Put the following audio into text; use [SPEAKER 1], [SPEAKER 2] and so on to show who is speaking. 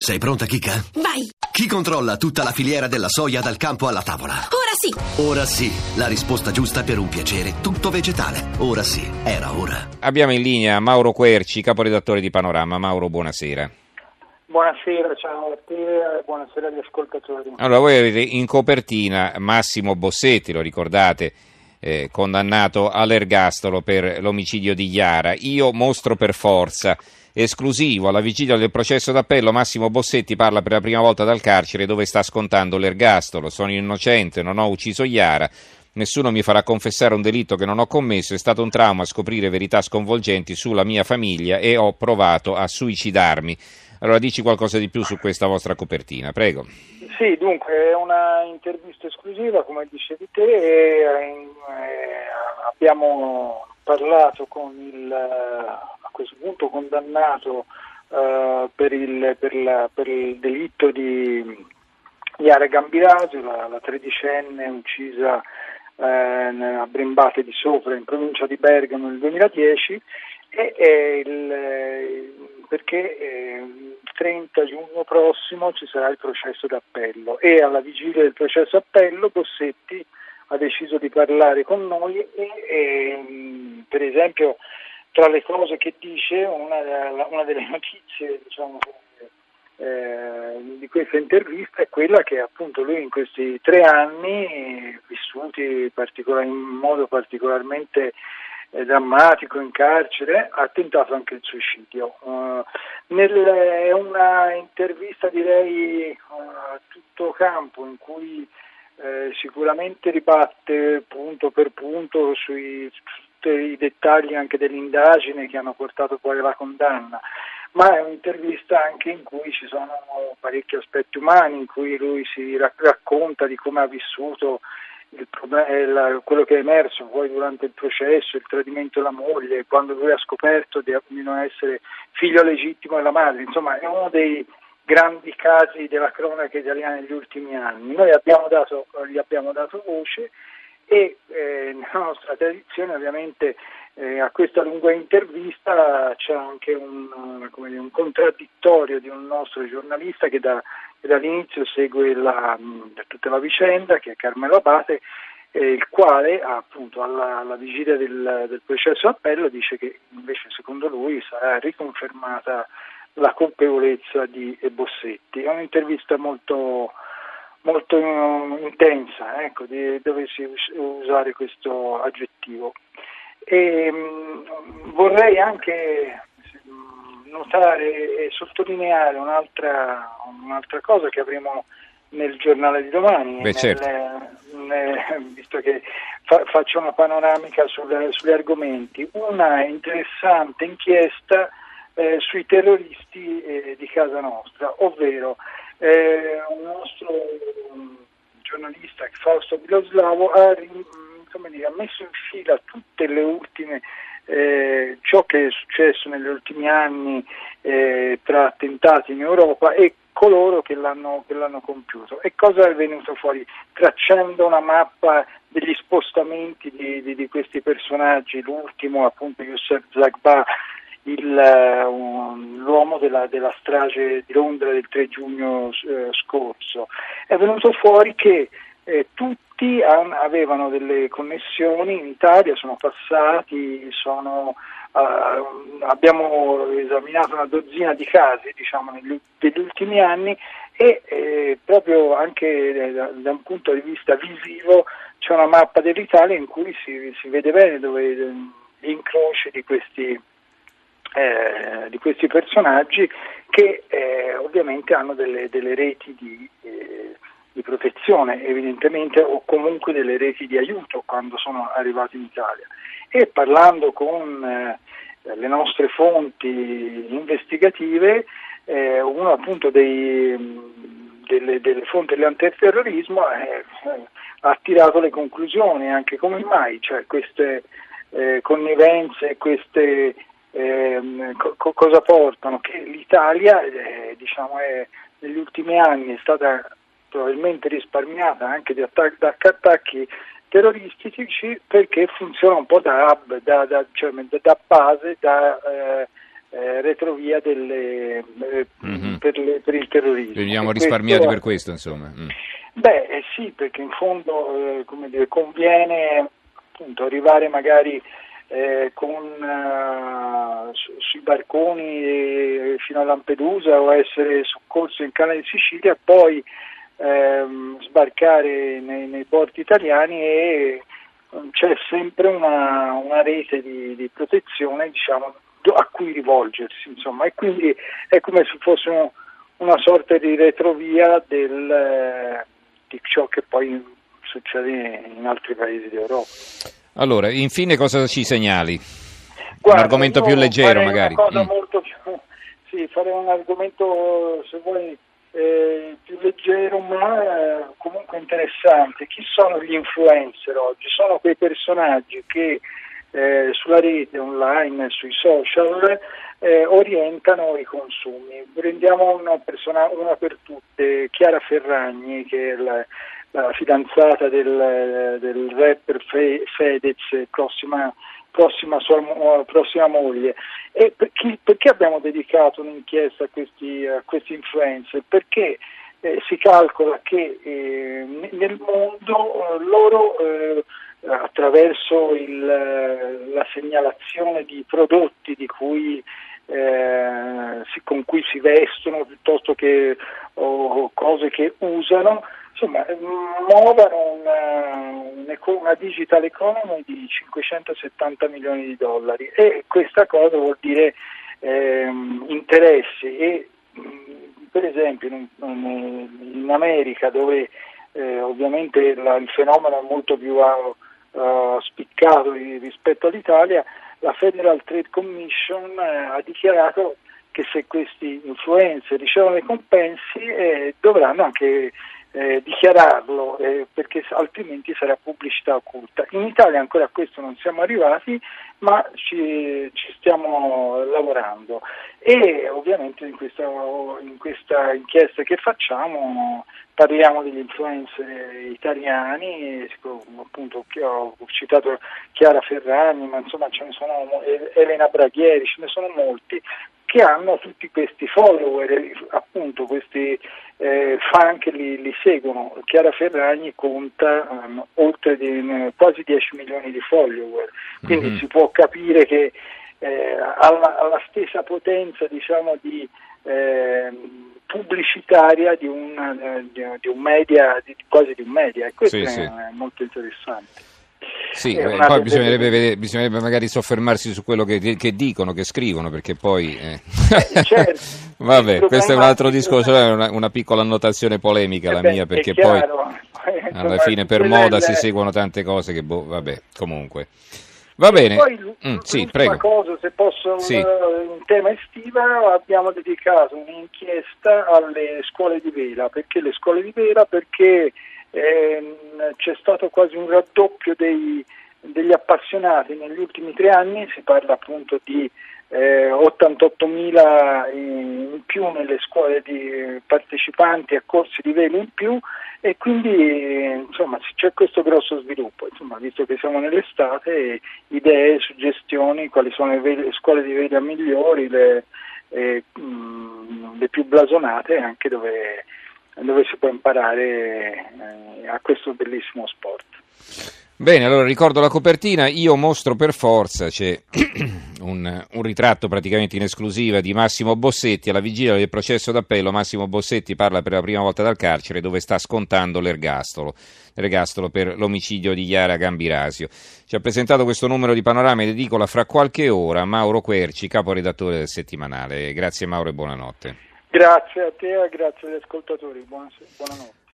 [SPEAKER 1] Sei pronta, Kika?
[SPEAKER 2] Vai!
[SPEAKER 1] Chi controlla tutta la filiera della soia dal campo alla tavola?
[SPEAKER 2] Ora sì!
[SPEAKER 1] Ora sì, la risposta giusta per un piacere tutto vegetale. Ora sì, era ora.
[SPEAKER 3] Abbiamo in linea Mauro Querci, caporedattore di Panorama. Mauro, buonasera.
[SPEAKER 4] Buonasera, ciao a te e buonasera agli ascoltatori.
[SPEAKER 3] Allora, voi avete in copertina Massimo Bossetti, lo ricordate, condannato all'ergastolo per l'omicidio di Chiara. Io mostro per forza. Esclusivo, alla vigilia del processo d'appello, Massimo Bossetti parla per la prima volta dal carcere dove sta scontando l'ergastolo. Sono innocente, non ho ucciso Chiara, nessuno mi farà confessare un delitto che non ho commesso, è stato un trauma scoprire verità sconvolgenti sulla mia famiglia e ho provato a suicidarmi. Allora dici qualcosa di più su questa vostra copertina, prego.
[SPEAKER 4] Sì, dunque è una intervista esclusiva, come dicevi te, e abbiamo parlato con il a questo punto condannato per il delitto di Chiara Gambirasio, la tredicenne uccisa a Brembate di Sopra in provincia di Bergamo nel 2010 perché il 30 giugno prossimo ci sarà il processo d'appello e alla vigilia del processo d'appello Bossetti ha deciso di parlare con noi e per esempio tra le cose che dice una delle notizie di questa intervista è quella che appunto lui in questi 3 anni vissuti in modo particolarmente drammatico in carcere ha tentato anche il suicidio. È una intervista direi a tutto campo in cui sicuramente ribatte punto per punto sui tutti i dettagli anche dell'indagine che hanno portato poi alla condanna, ma è un'intervista anche in cui ci sono parecchi aspetti umani, in cui lui si racconta di come ha vissuto il problema, quello che è emerso poi durante il processo, il tradimento della moglie, quando lui ha scoperto di non essere figlio legittimo della madre. Insomma, è uno dei grandi casi della cronaca italiana negli ultimi anni. Noi gli abbiamo dato voce e nella nostra tradizione ovviamente a questa lunga intervista c'è anche un contraddittorio di un nostro giornalista che dall'inizio segue tutta la vicenda, che è Carmelo Abate, il quale appunto alla vigilia del processo d'appello dice che invece secondo lui sarà riconfermata la colpevolezza di Bossetti. È un'intervista molto molto intensa, ecco, dove si usare questo aggettivo. E vorrei anche notare e sottolineare un'altra cosa che avremo nel giornale di domani,
[SPEAKER 3] certo.
[SPEAKER 4] visto che faccio una panoramica sugli argomenti, una interessante inchiesta sui terroristi di casa nostra, ovvero un nostro giornalista, Fausto Biloslavo, ha messo in fila tutte le ultime ciò che è successo negli ultimi anni tra attentati in Europa e coloro che l'hanno compiuto. E cosa è venuto fuori? Tracciando una mappa degli spostamenti di questi personaggi, l'ultimo appunto Youssef Zaghba, l'uomo della strage di Londra del 3 giugno scorso. È venuto fuori che tutti avevano delle connessioni in Italia, sono passati, abbiamo esaminato una dozzina di casi degli ultimi anni e proprio anche da un punto di vista visivo c'è una mappa dell'Italia in cui si vede bene dove gli incroci di questi personaggi che ovviamente hanno delle reti di protezione evidentemente o comunque delle reti di aiuto quando sono arrivati in Italia. E parlando con le nostre fonti investigative, uno appunto delle fonti dell'antiterrorismo ha tirato le conclusioni anche come mai, cioè queste connivenze, queste cosa portano? Che l'Italia negli ultimi anni è stata probabilmente risparmiata anche da attacchi terroristici perché funziona un po' da hub, da base, retrovia per il terrorismo.
[SPEAKER 3] Veniamo risparmiati per questo, insomma.
[SPEAKER 4] Beh, sì, perché in fondo conviene appunto arrivare magari sui barconi fino a Lampedusa o essere soccorso in Canale di Sicilia, poi sbarcare nei porti italiani e c'è sempre una rete di protezione, diciamo, a cui rivolgersi, insomma, e quindi è come se fosse una sorta di retrovia di ciò che poi succede in altri paesi d'Europa.
[SPEAKER 3] Allora, infine cosa ci segnali?
[SPEAKER 4] Guarda,
[SPEAKER 3] un argomento più leggero magari. Farei un argomento, se vuoi,
[SPEAKER 4] più leggero ma comunque interessante. Chi sono gli influencer oggi? Sono quei personaggi che sulla rete online, sui social orientano i consumi. Prendiamo una per tutte, Chiara Ferragni, che è la fidanzata del rapper Fedez, prossima moglie. E perché abbiamo dedicato un'inchiesta a questi influencer? Perché si calcola che nel mondo loro attraverso la segnalazione di prodotti con cui si vestono, piuttosto che cose che usano, insomma, muovono una digital economy di 570 milioni di dollari, e questa cosa vuol dire interessi. E per esempio in America, dove ovviamente il fenomeno è molto più spiccato rispetto all'Italia, la Federal Trade Commission ha dichiarato che se questi influencer ricevono dei compensi dovranno anche dichiararlo, perché altrimenti sarà pubblicità occulta. In Italia ancora a questo non siamo arrivati, ma ci stiamo lavorando, e ovviamente in questa inchiesta che facciamo parliamo degli influencer italiani, appunto ho citato Chiara Ferragni, ma insomma ce ne sono, Elena Braghieri, ce ne sono molti che hanno tutti questi follower, appunto questi fan che li seguono. Chiara Ferragni conta quasi 10 milioni di follower, quindi si può capire che ha la stessa potenza, diciamo, di pubblicitaria di un media, quasi di un media, e questo è molto interessante.
[SPEAKER 3] Sì, poi bisognerebbe magari soffermarsi su quello che dicono, che scrivono, perché poi
[SPEAKER 4] certo,
[SPEAKER 3] vabbè, questo è un altro discorso, è una piccola annotazione polemica la mia, perché poi alla fine per moda si seguono tante cose che vabbè, comunque va bene.
[SPEAKER 4] Poi
[SPEAKER 3] prego.
[SPEAKER 4] Cosa, se posso, in tema estiva abbiamo dedicato un'inchiesta alle scuole di vela. Perché le scuole di vela? Perché c'è stato quasi un raddoppio degli appassionati negli ultimi 3 anni, si parla appunto di 88.000 in più nelle scuole di partecipanti a corsi di velo in più, e quindi insomma c'è questo grosso sviluppo. Insomma, visto che siamo nell'estate, idee, suggestioni, quali sono le scuole di vela migliori, le più blasonate, anche dove si può imparare a questo bellissimo sport.
[SPEAKER 3] Bene, allora ricordo la copertina. Io mostro per forza, c'è un ritratto praticamente in esclusiva di Massimo Bossetti. Alla vigilia del processo d'appello Massimo Bossetti parla per la prima volta dal carcere, dove sta scontando l'ergastolo per l'omicidio di Chiara Gambirasio. Ci ha presentato questo numero di Panorama in edicola fra qualche ora Mauro Querci, caporedattore del settimanale. Grazie Mauro e buonanotte.
[SPEAKER 4] Grazie a te e grazie agli ascoltatori, buonanotte.